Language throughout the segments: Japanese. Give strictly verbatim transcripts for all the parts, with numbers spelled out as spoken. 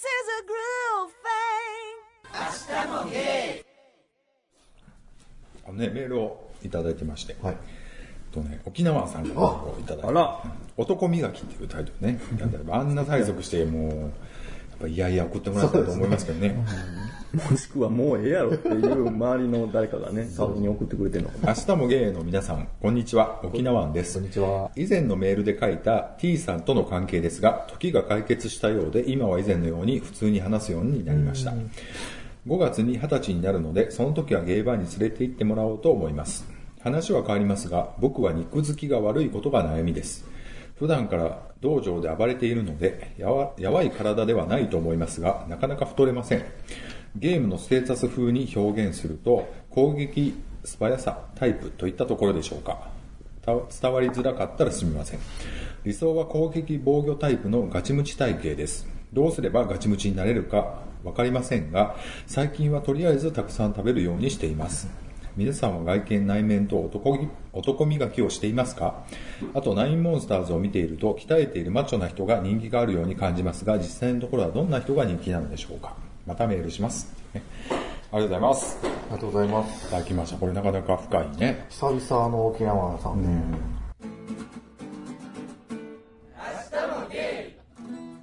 明日もゲイ。あのね、メールをいただいてまして、はい、とね、沖縄さんからいただいて、あら、男磨きっていうタイトルね、あんな催促してもうやっぱいやいや送ってもらったと思いますけどね。 もしくはもうええやろっていう周りの誰かがね、先に送ってくれてるのかな。 明日もゲイの皆さん、こんにちは、沖縄です。 こんにちは。 以前のメールで書いた T さんとの関係ですが、時が解決したようで、今は以前のように普通に話すようになりました。ごがつにはたちになるので、その時はゲイバーに連れて行ってもらおうと思います。話は変わりますが、僕は肉付きが悪いことが悩みです。普段から道場で暴れているので、やわ、やわい体ではないと思いますが、なかなか太れません。ゲームのステータス風に表現すると、攻撃、素早さ、タイプといったところでしょうか。伝わりづらかったらすみません。理想は攻撃防御タイプのガチムチ体型です。どうすればガチムチになれるかわかりませんが、最近はとりあえずたくさん食べるようにしています。皆さんは外見内面と 男, 男磨きをしていますか？あとナインモンスターズを見ていると鍛えているマッチョな人が人気があるように感じますが、実際のところはどんな人が人気なのでしょうか？またメールします、ね、ありがとうございます。 ありがとうございます。 いただきました。これなかなか深いね。 久々の沖縄さんね。 明日もゲイ。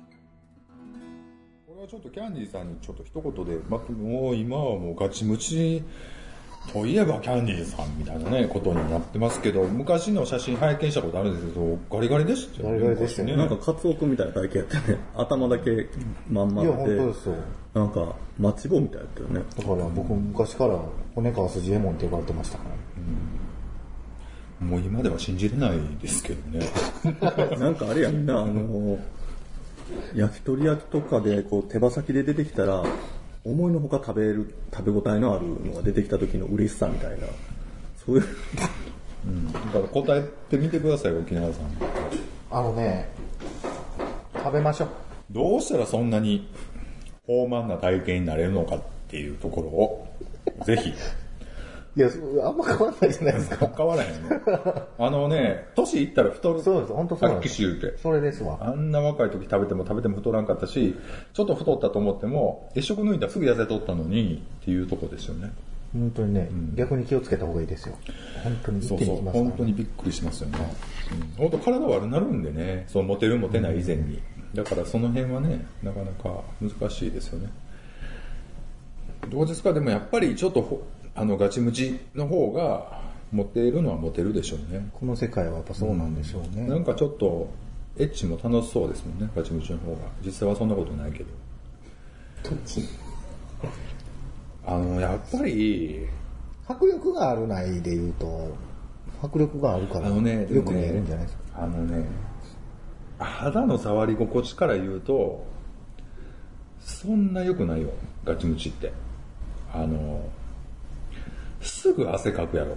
これはちょっとキャンディーさんにちょっと一言で、ま、もう今はもうガチムチといえばキャンディーさんみたいなねことになってますけど、昔の写真拝見したことあるんですけど、ガリガリでしたよね。 ガリガリでしたね。 なんかカツオ君みたいな体型やってね、頭だけまんまで、いや本当ですよ。なんかマッチ棒みたいやったよね。 だから僕昔から骨川筋エモンって呼ばれてましたから、 うん、もう今では信じれないですけどね。 なんかあれやんな、あの焼き鳥焼きとかでこう手羽先で出てきたら思いのほか食べる食べ応えのあるのが出てきた時の嬉しさみたいな、そういう、 うん、だから答えてみてください、沖縄さん。 あのね、食べましょう。 どうしたらそんなに豊満な体型になれるのかっていうところをぜひ。 いや、あんま変わらないじゃないですか。 変わらへんね。あのね、年いったら太る。 そうです、本当そうなんです。さっき言うて。 それですわ。 あんな若い時食べても食べても太らんかったし、ちょっと太ったと思っても、月食抜いたらすぐ痩せとったのにっていうとこですよね。 本当にね、うん、逆に気をつけた方がいいですよ。本当に一気にきますから、ね。そうそう、 本当にびっくりしますよね。うん、本当体悪なるんでね、そうモテるモテない以前に。だからその辺はね、なかなか難しいですよね。どうですか？でもやっぱりちょっとあのガチムチの方がモテるのはモテるでしょうね。 この世界はやっぱそうなんでしょうね。 うん、なんかちょっとエッチも楽しそうですもんね、ガチムチの方が。実際はそんなことないけど。 どっち？ あのやっぱり迫力があるないで言うと迫力があるから、 あのね、 よく見えるんじゃないですか。 あのね、肌の触り心地から言うとそんな良くないよ、ガチムチって。あのすぐ汗かくやろ。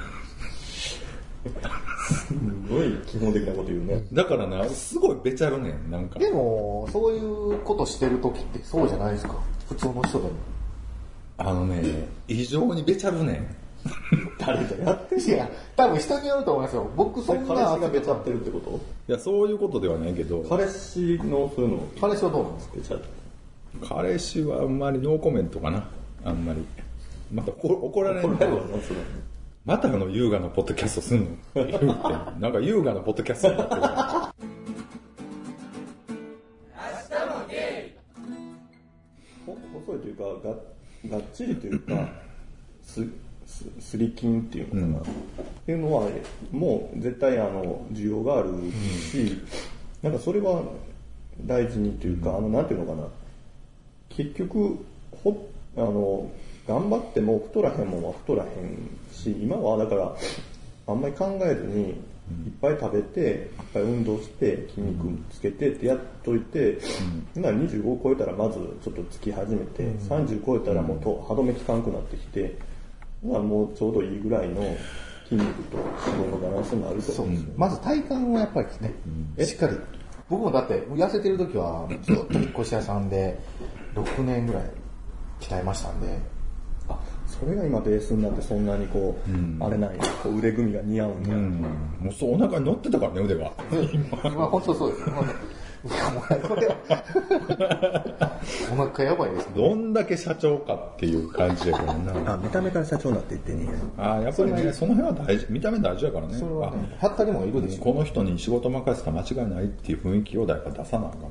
すごい基本的なこと言うね。 だからな、すごいべちゃるねん、なんか。 でもそういうことしてる時ってそうじゃないですか、普通の人でも。 あのね、異常にべちゃるねん。 誰かやってる。いや、多分人によると思いますよ。僕そんな。 彼氏がべちゃってるってこと？ いや、そういうことではないけど。 彼氏のそういうの。 彼氏はどうなんですか？べちゃる。 彼氏はあんまりノーコメントかな。あんまり。また怒られる。怒られるわな、それ。またあの優雅のポッドキャストすんのって言うて、なんか優雅なポッドキャストになってる。明日もゲイ。細いというか、が、がっちりというか、す、す、すり筋っていうのかな、うん、っていうのは、もう絶対あの、需要があるし、うん、なんかそれは大事にというか、うん、あの、なんていうのかな、結局、ほ、あの、頑張っても太らへんもんは太らへんし、今はだからあんまり考えずにいっぱい食べて、いっぱい運動して筋肉つけてってやっといて、うん、にじゅうご超えたらまずちょっとつき始めて、うん、さんじゅう超えたらもうと歯止め効かんくなってきて、もうちょうどいいぐらいの筋肉と脂肪のバランスになると思うんですよね。 まず体幹はやっぱりね、うん、しっかり。僕もだって痩せてる時はずっと引っ越し屋さんでろくねんぐらい鍛えましたんで。 あ、 それが今ベースになってそんなにこう、うん、あれないこう腕組みが似合うんだ、うん、 もうそうお腹に乗ってたからね腕が今本当そうですお腹やばいですね。 どんだけ社長かっていう感じやからな。 あ、見た目から社長になっていってね。 あ、やっぱりね、その辺は大事、見た目大事やからね。 それはね、はったりもいるでしょ。 この人に仕事任せたら間違いないっていう雰囲気をやっぱ出さなあかん。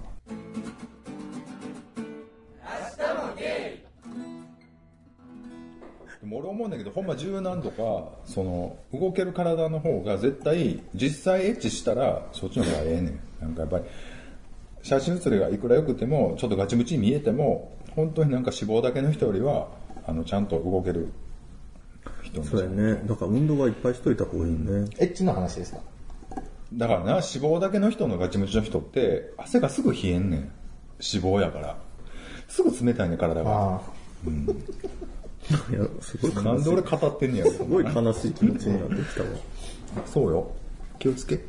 でも俺思うんだけど、ほんま柔軟とか、その、動ける体の方が絶対、実際エッチしたら、そっちの方がええねん。なんかやっぱり、写真写りがいくら良くても、ちょっとガチムチに見えても、本当になんか脂肪だけの人よりは、あの、ちゃんと動ける人そうやね。だから運動はいっぱいしといた方がいいね。 エッチの話ですか？ だからな、脂肪だけの人のガチムチの人って、汗がすぐ冷えんねん。脂肪やから。すぐ冷たいね、体が。あうん、いや、すごいなんで俺語ってんねやろ。 すごい悲しい気持ちになってきたわ。 そうよ。気をつけ。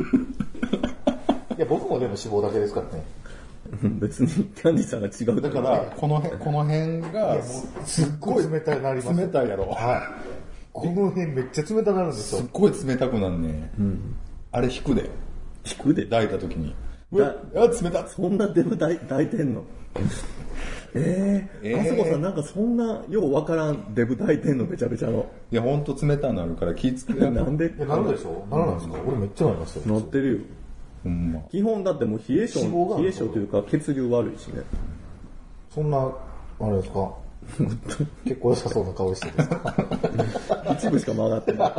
いや、僕もでも脂肪だけですからね。 別にキャンディさんが違うだから、この辺、この辺が、 すっごい冷たいなります。 冷たいやろ。 はい。この辺めっちゃ冷たくなるんですよ。 すっごい冷たくなんね。うん。あれ引くで。 引くで抱いた時に。うわ、冷た。 そんなデブ抱いてんのえー、えー、あそこさんなんかそんなようわからんデブ抱いてんのめちゃめちゃの。 いや、ほんと冷たくなるから気ぃつけな。 なんでいや、なるでしょならないですか、うん、俺めっちゃなりますよ。 乗ってるよ。 ほんま。 基本だってもう冷え性、冷え性というか血流悪いしね。 そんな、あれですか結構良さそうな顔してですか一部しか曲がってない。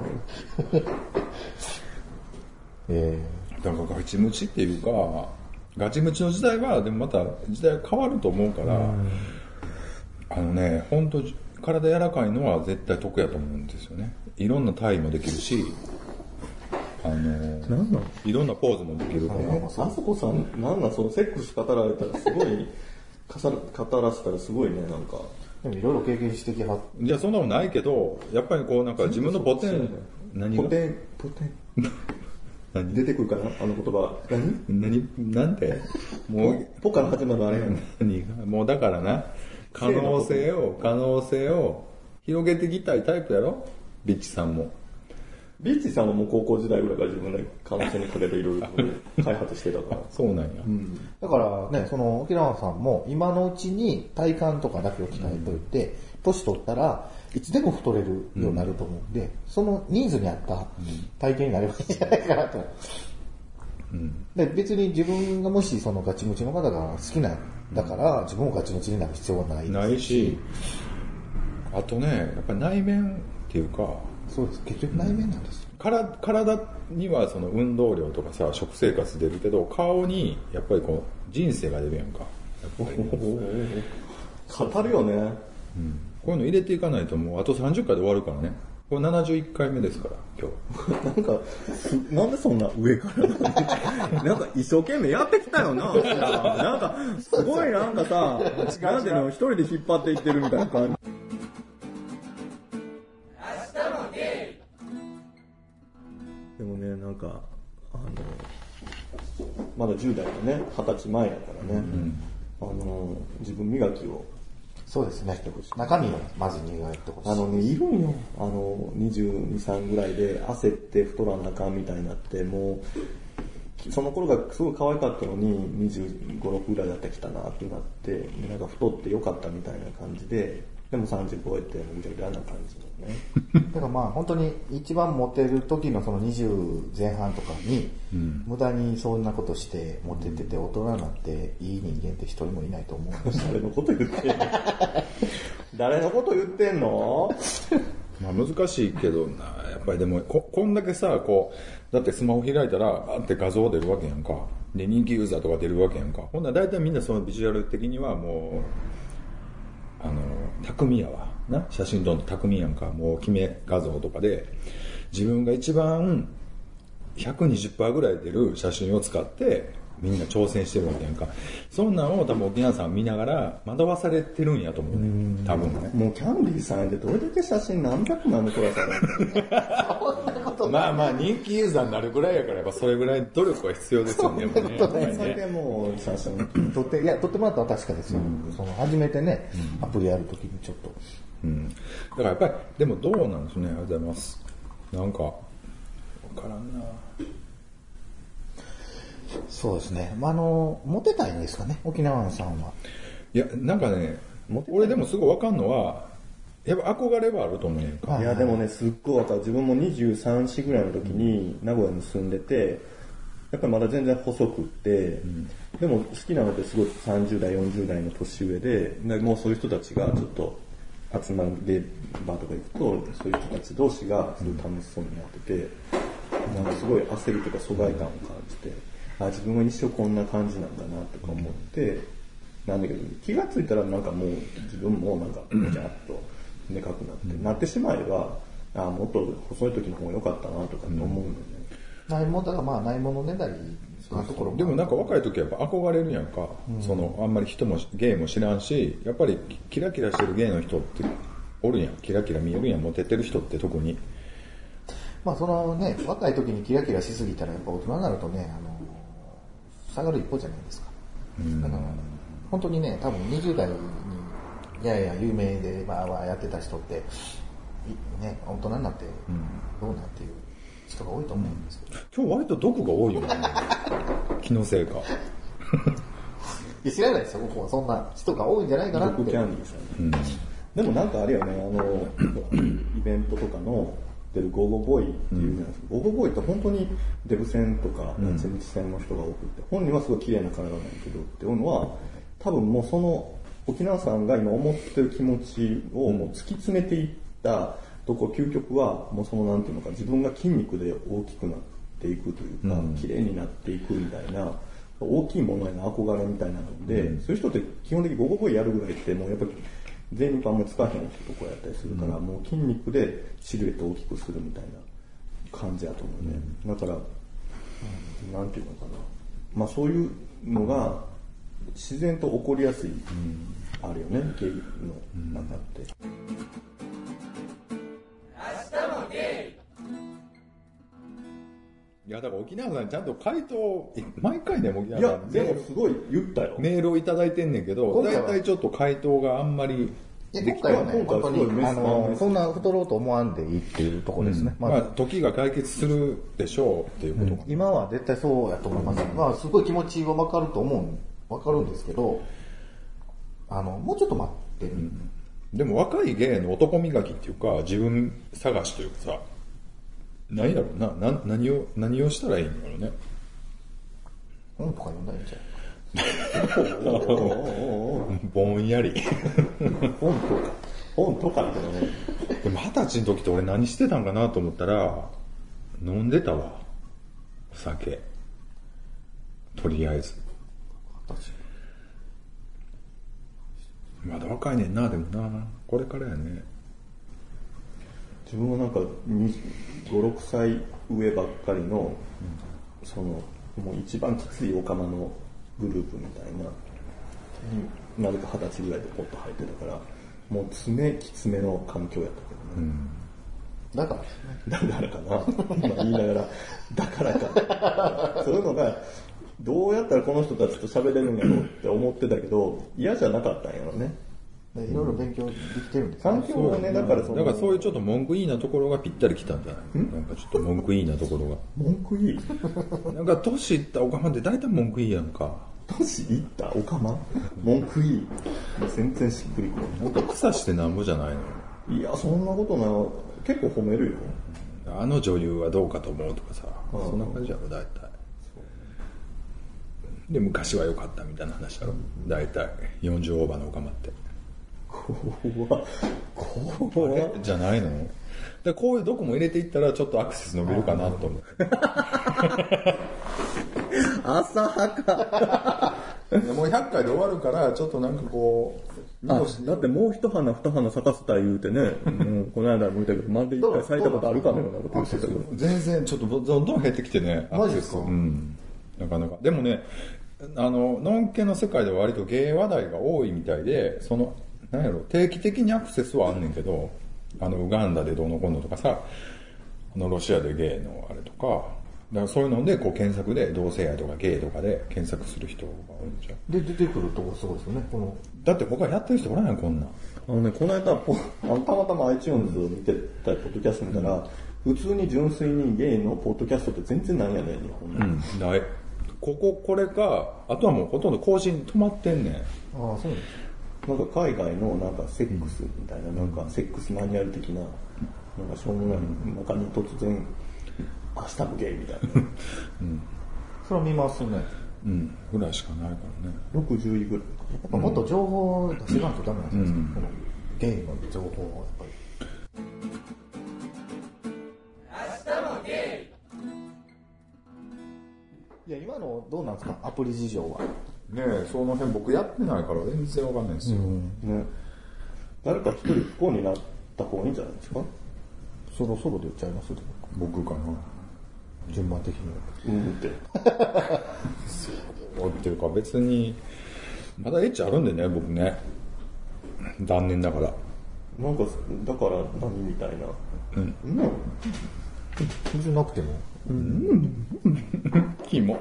えー、だからガチムチっていうか、ガチムチの時代は、でもまた時代変わると思うから、あのね、本当体柔らかいのは絶対得やと思うんですよね。いろんな体位もできるし、あのー、 なんなんいろんなポーズもできるから。 あそこさん、なんなんそのセックス語られたらすごい、語らせたらすごいね、なんか。 でもいろいろ経験してきはっいや、そんなことないけど、やっぱりこうなんか自分のポテン、 何がポテン、ポテン。何出てくるかなあの言葉。 何何なんてもう、 ポから始まるあれやん。 何がもうだからな、可能性を、可能性を広げていきたいタイプやろビッチさんも。 ビッチさんはもう高校時代ぐらいから自分で可能性にかけていろいろ開発してたから。 そうなんや。 うん、だからね、その沖縄さんも今のうちに体幹とかだけを鍛えておいて、年、うん、取ったらいつでも太れるようになると思うんで、うん、そのニーズに合った体型になればいいんじゃないかなと。うん、で別に自分がもしそのガチムチの方が好きなんだから、うん、自分もガチムチになる必要はないないし、あとね、やっぱり内面っていうか、 そうです。結局内面なんですよ。 体、体にはその運動量とかさ、食生活出るけど、顔にやっぱりこう、人生が出るやんか。やっぱり語るよね。 うん。こういうの入れていかないともうあとさんじゅっかいで終わるからね。これななじゅういっかいめですから、今日。 なんか、なんでそんな上からなんか一生懸命やってきたよな。なんか、すごいなんかさ、なんでの一人で引っ張っていってるみたいな感じ。でもね、なんか、あの、まだじゅう代のね、はたちまえやからね、うん、あの、自分磨きを。 そうですね。中身をまず磨いてほしい。 あのね、いるんよ。あの、にじゅうに、さんぐらいで焦って太らなあかんみたいになって、もう、その頃がすごい可愛かったのに、にじゅうご、ろくぐらいだったら来たなってなって、でなんか太ってよかったみたいな感じで、でもさんじゅう超えて、ぐちゃぐちゃな感じのね。 だからまあ本当に一番モテる時のそのにじゅうぜん半とかに、うん、無駄にそんなことしてモテてて大人になっていい人間って一人もいないと思うんです。 誰のこと言ってんの誰のこと言ってんのまあ難しいけどな、やっぱりでも こ, こんだけさ、こう、だってスマホ開いたら、あって画像出るわけやんか。で、人気ユーザーとか出るわけやんか。ほんなら大体みんなそのビジュアル的にはもう、あの、巧やわ。な、写真どんどん巧みやんか。もう決め画像とかで、自分が一番 ひゃくにじゅっパーセント ぐらい出る写真を使って、みんな挑戦してるわけやんか。そんなんを多分沖縄さん見ながら惑わされてるんやと思うね。多分ね。 もうキャンディーさんでどれだけ写真何百枚も撮らされるまあまあ人気ユーザーになるぐらいやから、やっぱそれぐらい努力は必要ですよね。 そんなことね。それでもう写真撮って、いや、撮ってもらったら確かですよ。うん、その初めてね、アプリやるときにちょっと。 うん。だからやっぱり、でもどうなんですね、ありがとうございます。なんか、わからんな。 そうですね。まあ、あの、モテたいんですかね、沖縄さんは。 いや、なんかね、俺でもすごいわかんのは、やっぱ憧れはあると思うねんか。 いや、でもね、すっごいわかる。自分もにじゅうさん、よんぐらいの時に名古屋に住んでて、やっぱりまだ全然細くって、うん、でも好きなのってすごいさんじゅう代、よんじゅう代の年上で、もうそういう人たちがちょっと集まるゲーバーとか行くと、そういう人たち同士がすごい楽しそうになってて、なんかすごい焦りとか疎外感を感じて、あ、自分は一生こんな感じなんだなとか思って、なんだけど、気がついたらなんかもう自分もなんか、もじゃっとでかくなって、うん、なってしまえば、あ、もっと細い時の方が良かったなとかって思うんだよね。 ないもんだからまあないものねだりなところも。 でもなんか若い時はやっぱ憧れるやんか、うん、そのあんまり人もゲイも知らんし、やっぱりキラキラしてるゲイの人っておるやん、キラキラ見えるやん、モテてる人って特に。 まあそのね、若い時にキラキラしすぎたらやっぱ大人になるとね、あの下がる一方じゃないですか。うん、だから本当にね、多分にじゅう代にやや有名でまあやってた人ってね、大人になってどうなっていう人が多いと思うんですけど、 うん、今日割と毒が多いよね。気のせいか。 いや知らないですよ、僕はそんな人が多いんじゃないかなって。 毒キャンディーさん、うん、でもなんかあれよね、あのイベントとかの出るゴーゴーボーイっていうじゃないですか、うん、ゴーゴーボーイって本当にデブ戦とかナチェミチ戦の人が多くて、本人はすごい綺麗な体なんだけどっていうのは多分もうその沖縄さんが今思ってる気持ちをもう突き詰めていったとこ、究極はもうそのなんていうのか、自分が筋肉で大きくなっていくというか、うん、綺麗になっていくみたいな大きいものへの憧れみたいなので、うん、そういう人って基本的にゴーゴーボーイやるぐらいってもうやっぱり全肉あんまり使わへんとこやったりするから、うん、もう筋肉でシルエットを大きくするみたいな感じやと思うね、うん、だから、うん、なんていうのかな、まあそういうのが自然と起こりやすい、うん、あるよね、ゲイの中って、うん、明日もゲイ。いやだから沖縄さんちゃんと回答毎回ね、沖縄さんいやでもすごい言ったよ、 メールをいただいてんねんけど、だいたいちょっと回答があんまりできたよね、本当にあのそんな太ろうと思わんでいいっていうところですね、 うん、まあ時が解決するでしょうっていうことか、 うん、今は絶対そうやと思います、うん、まあすごい気持ちは分かると思う、分かるんですけど、あのもうちょっと待って、うん、 でも若い芸の男磨きっていうか自分探しというかさ、何やろうな、な何を何をしたらいいんだろうね。 本とか読んだらいいんじゃないぼんやり本とか本とかってね。 でも二十歳の時って俺何してたんかなと思ったら飲んでたわ、お酒、とりあえず。まだ若いねんな、でもな、これからやね。 自分はなんかご、ろくさい上ばっかりの、うん、そのもう一番きついオカマのグループみたいな、なぜか二十歳ぐらいでポッと入ってたから、もう爪きつめの環境やったけどね、 うん、だからだからかな今言いながらだからかそういうのがどうやったらこの人たちと喋れるんやろうって思ってたけど、嫌じゃなかったんやろね。 いろいろ勉強できてるんですね。環境がね、だからそのだからそういうちょっと文句いいなところがぴったりきたんじゃない？なんかちょっと文句いいなところが。 文句いい？ なんか年いったおかまって大体文句いいやんか。 年いったおかま？文句いい？全然しっくりこない。なんか草してなんぼじゃないの？ いや、そんなことない。結構褒めるよ。 あの女優はどうかと思うとかさ、うん、そんな感じやろ、大体。で、昔は良かったみたいな話だろ。大体、よんじゅうオーバーのおかまって。 怖っ。怖っ。 じゃないの？でこういうどこも入れていったらちょっとアクセス伸びるかなと思う。 浅はか。 もうひゃっかいで終わるからちょっとなんかこう、 だってもう一花二花咲かせたい言うてね、うん、この間も言ったけどまるで一回咲いたことあるかのようなこと言ってたけど、 全然ちょっとどんどん減ってきてね、 マジですか？ うん、なかなか。でもね、あのノンケの世界では割とゲイ話題が多いみたいで、そのなんやろ、定期的にアクセスはあんねんけど、あのウガンダでどうのこうのとかさ、あのロシアでゲイのあれとか、 だからそういうのでこう検索で同性愛とかゲイとかで検索する人が多いんじゃん。 で、出てくるとこすごいですよね。このだって他やってる人おらんやん、こんなん。 あのね、この間、ポあのたまたま iTunes を見てたポッドキャスト見たら、普通に純粋にゲイのポッドキャストって全然ないやねん、日本の。 うん、ない。ここ、これか、あとはもうほとんど更新止まってんねん。 ああ、そうなんです。 なんか海外のなんかセックスみたいな、なんかセックスマニュアル的な、なんかしょうもない中に突然、明日もゲイみたいな。 それは見ますね。 うん、ぐらいしかないからね。 ろくじゅういぐらい。 やっぱもっと情報を出していかないとダメなんじゃないですか。このゲイの情報をやっぱり。いや、今のどうなんですか、アプリ事情は。 ねえ、その辺僕やってないから全然わかんないですよ。 ね。誰か一人不幸になった方がいいんじゃないですか。 そろそろで言っちゃいますでも僕かな。 順番的に。 うんって。 そうっていうか別に、まだエッチあるんでね、僕ね。残念だから。 なんか、だから何みたいな。うん。うん。 別になくても。 キモ。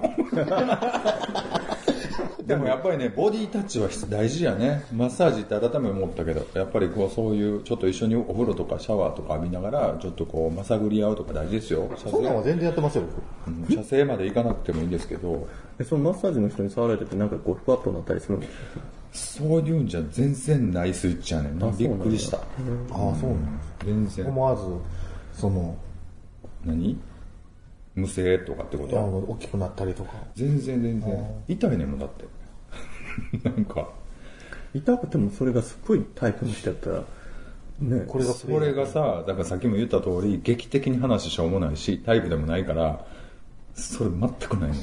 でもやっぱりね、ボディタッチは大事やね。マッサージって改めて思ったけど、やっぱりこうそういうちょっと一緒にお風呂とかシャワーとか浴びながら、ちょっとこうまさぐり合うとか大事ですよ。 そんなんは全然やってますよ、 僕。射精まで行かなくてもいいんですけど。 え、そのマッサージの人に触られててなんかこうふわっとなったりするんですか。 そういうんじゃ全然ないスイッチやねんな。びっくりした。 ああ、そうなんです。 全然。 思わず、その、 何無声とかってことは大きくなったりとか。 全然全然。痛いねんもんだって。なんか。 痛くてもそれがすっごいタイプの人やったら、ね。 これがそれがさ、だからさっきも言った通り、劇的に話しょうもないし、タイプでもないから、それ全くないの。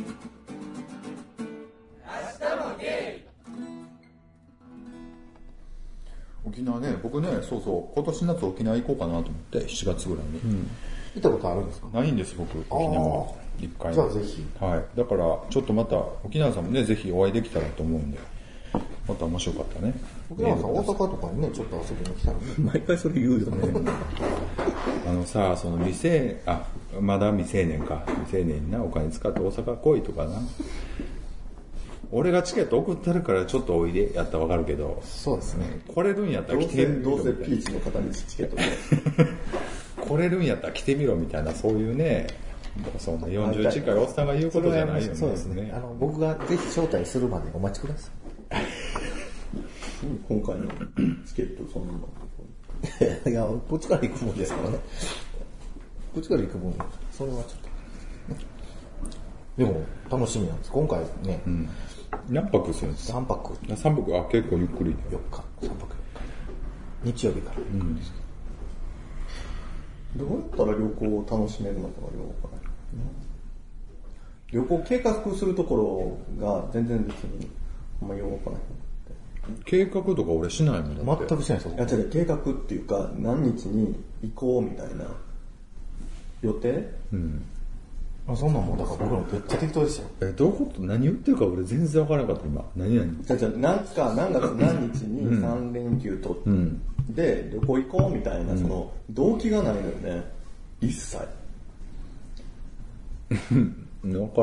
沖縄ね、僕ね、そうそう、今年夏沖縄行こうかなと思って、しちがつぐらいに。うん、 行ったことあるんですか？ ないんです、僕、沖縄。一回。 じゃあぜひ。 はい。だから、ちょっとまた、沖縄さんもね、ぜひお会いできたらと思うんで、また面白かったね。 沖縄さん、大阪とかにね、ちょっと遊びに来たらね。 毎回それ言うよね。 あのさ、その未成、あ、まだ未成年か。未成年にな、お金使って大阪来いとかな。俺がチケット送ってるからちょっとおいでやったらわかるけど。 そうですね。 来れるんやったら来てみろ。 どうせピーチの方にチケットで。 来れるんやったら来てみろみたいな、そういうね、そんなよんじゅう近いおっさんが言うことじゃないよね。 そうですね。あの、僕がぜひ招待するまでお待ちください。 今回のチケットそんなのいや、こっちから行くもんですからね。こっちから行くもん。それはちょっと。でも、楽しみなんです。今回ね。 うん、何泊するんですか？ さんぱく。 さんぱく、あ、結構ゆっくり。 よっか、さんぱく。日曜日から。うん、 どうやったら旅行を楽しめるのかがよくわからない。旅行計画するところが全然別にあんまよくわからない。 計画とか俺しないもんだって。 全くしないですよ。 いや、違う、計画っていうか、何日に行こうみたいな予定。 うん。 あ、そんなんもうだから僕らもめっちゃ適当ですよ。 え、どういうこと何言ってるか俺全然わからなかった今。何々。 じゃあじゃあ何か、何月何日にさん連休取って、うん、で、旅行行こうみたいな、その、動機がないのよね。一切。 だから、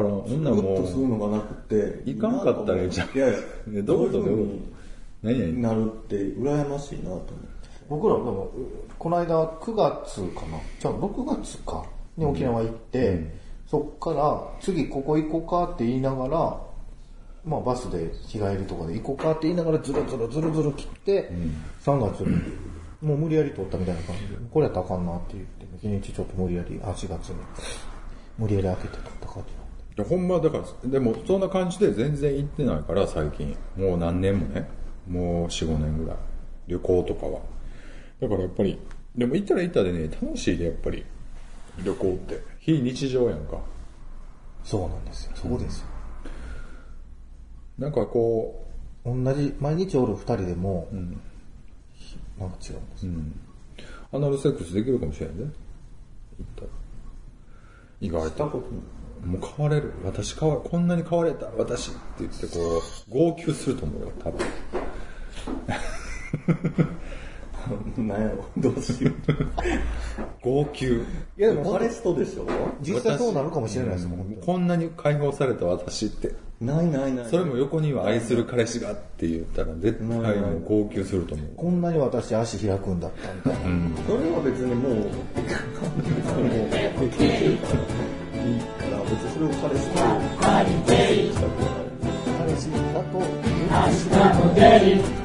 そんなもう。 ずっとするのがなくて。 行かんかったらいいじゃん。 いやいや、 どういうことどういうこと何々なるって羨ましいなと思って。 僕らでも、この間くがつかな。じゃあろくがつか。に沖縄行って、うん、そっから次ここ行こうかって言いながら、まあバスで日帰りとかで行こうかって言いながらずるずるずるずる切って、うん、さんがつにもう無理やり取ったみたいな感じで、これやったらあかんなって言って、日にちちょっと無理やり、しがつに無理やり開けて取った感じなんで。ほんまだから、でもそんな感じで全然行ってないから最近。もう何年もね。もうよん、ごねんぐらい。旅行とかは。だからやっぱり、でも行ったら行ったでね、楽しいでやっぱり。旅行って。非日常やんか。 そうなんですよ。そうですよ。 なんかこう。同じ、毎日おる二人でも、うん、なんか違うんですよ。うん。 アナルセックスできるかもしれんね。行ったら。意外と。もう変われる。私変わる。こんなに変われた。私って言ってこう、号泣すると思うよ、多分。 なんやろ、どうしよう。 号泣。 いやでも彼氏とでしょ？ 実際そうなるかもしれないですもん、本当にこんなに解放された私って。 ないないない。 それも横には愛する彼氏がって言ったら絶対もう号泣すると思う。 こんなに私足開くんだったみたいな。 うん。 それは別にもう、もう、経験してるからいいから、別にそれを彼氏としたくはない。 彼氏だと、